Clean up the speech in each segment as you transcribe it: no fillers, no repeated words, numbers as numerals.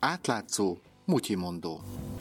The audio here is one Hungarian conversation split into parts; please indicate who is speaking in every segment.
Speaker 1: átlátszó mutyimondó.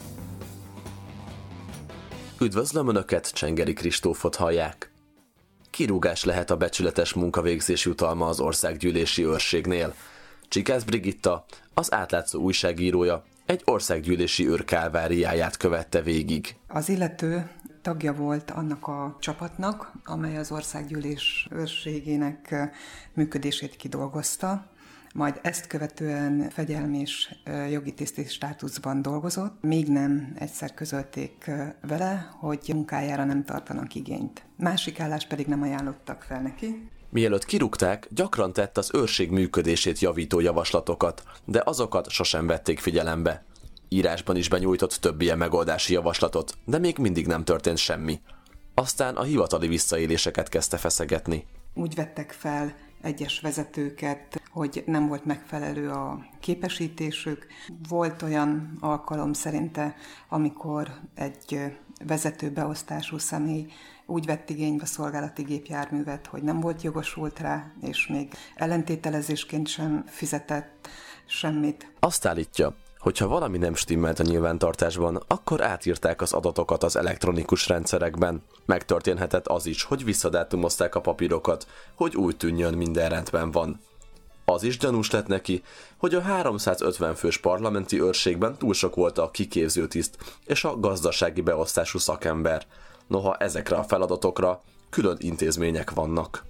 Speaker 2: Üdvözlöm Önöket, Csengeri Kristófot hallják. Kirúgás lehet a becsületes munkavégzés jutalma az országgyűlési őrségnél. Csikász Brigitta, az átlátszó újságírója, egy országgyűlési őr kálváriáját követte végig.
Speaker 3: Az illető tagja volt annak a csapatnak, amely az országgyűlés őrségének működését kidolgozta, majd ezt követően fegyelmi és jogi tiszti státuszban dolgozott, még nem egyszer közölték vele, hogy munkájára nem tartanak igényt. Másik állást pedig nem ajánlottak fel neki.
Speaker 2: Mielőtt kirúgták, gyakran tett az őrség működését javító javaslatokat, de azokat sosem vették figyelembe. Írásban is benyújtott több ilyen megoldási javaslatot, de még mindig nem történt semmi. Aztán a hivatali visszaéléseket kezdte feszegetni.
Speaker 3: Úgy vettek fel egyes vezetőket, hogy nem volt megfelelő a képesítésük. Volt olyan alkalom szerinte, amikor egy vezetőbeosztású személy úgy vett igénybe szolgálati gépjárművet, hogy nem volt jogosult rá, és még ellentételezésként sem fizetett semmit.
Speaker 2: Azt állítja, hogy ha valami nem stimmelt a nyilvántartásban, akkor átírták az adatokat az elektronikus rendszerekben. Megtörténhetett az is, hogy visszadátumozták a papírokat, hogy úgy tűnjön, minden rendben van. Az is gyanús lett neki, hogy a 350 fős parlamenti őrségben túl sok volt a kiképző tiszt és a gazdasági beosztású szakember. Noha ezekre a feladatokra külön intézmények vannak.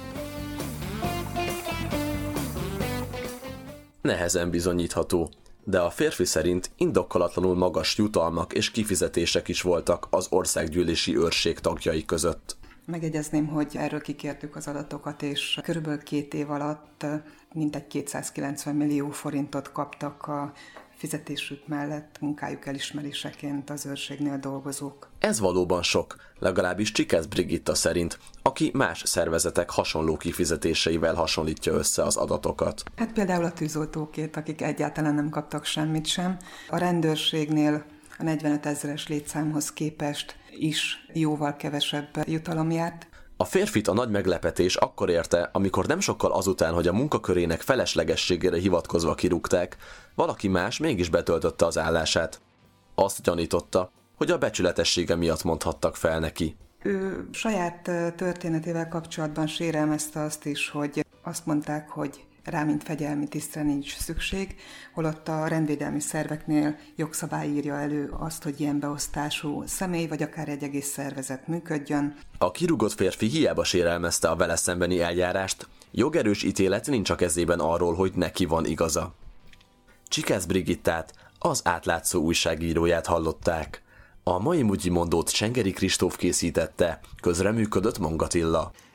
Speaker 2: Nehezen bizonyítható, de a férfi szerint indokolatlanul magas jutalmak és kifizetések is voltak az országgyűlési őrség tagjai között.
Speaker 3: Megjegyezném, hogy erről kikértük az adatokat, és körülbelül 2 év alatt mintegy 290 millió forintot kaptak a fizetésük mellett munkájuk elismeréseként az őrségnél dolgozók.
Speaker 2: Ez valóban sok, legalábbis Csikász Brigitta szerint, aki más szervezetek hasonló kifizetéseivel hasonlítja össze az adatokat.
Speaker 3: Hát például a tűzoltókét, akik egyáltalán nem kaptak semmit sem. A rendőrségnél a 45 000-es létszámhoz képest is jóval kevesebb jutalom járt.
Speaker 2: A férfit a nagy meglepetés akkor érte, amikor nem sokkal azután, hogy a munkakörének feleslegességére hivatkozva kirúgták, valaki más mégis betöltötte az állását. Azt gyanította, hogy a becsületessége miatt mondhattak fel neki.
Speaker 3: Ő saját történetével kapcsolatban sérelmezte azt is, hogy azt mondták, hogy rá, mint fegyelmi tisztre nincs szükség, holott a rendvédelmi szerveknél jogszabály írja elő azt, hogy ilyen beosztású személy, vagy akár egy egész szervezet működjön.
Speaker 2: A kirúgott férfi hiába sérelmezte a vele szembeni eljárást, jogerős ítélet nincs a kezében arról, hogy neki van igaza. Csikász Brigittát, az átlátszó újságíróját hallották. A mai mutyimondót Csengeri Kristóf készítette, közreműködött Mongatilla.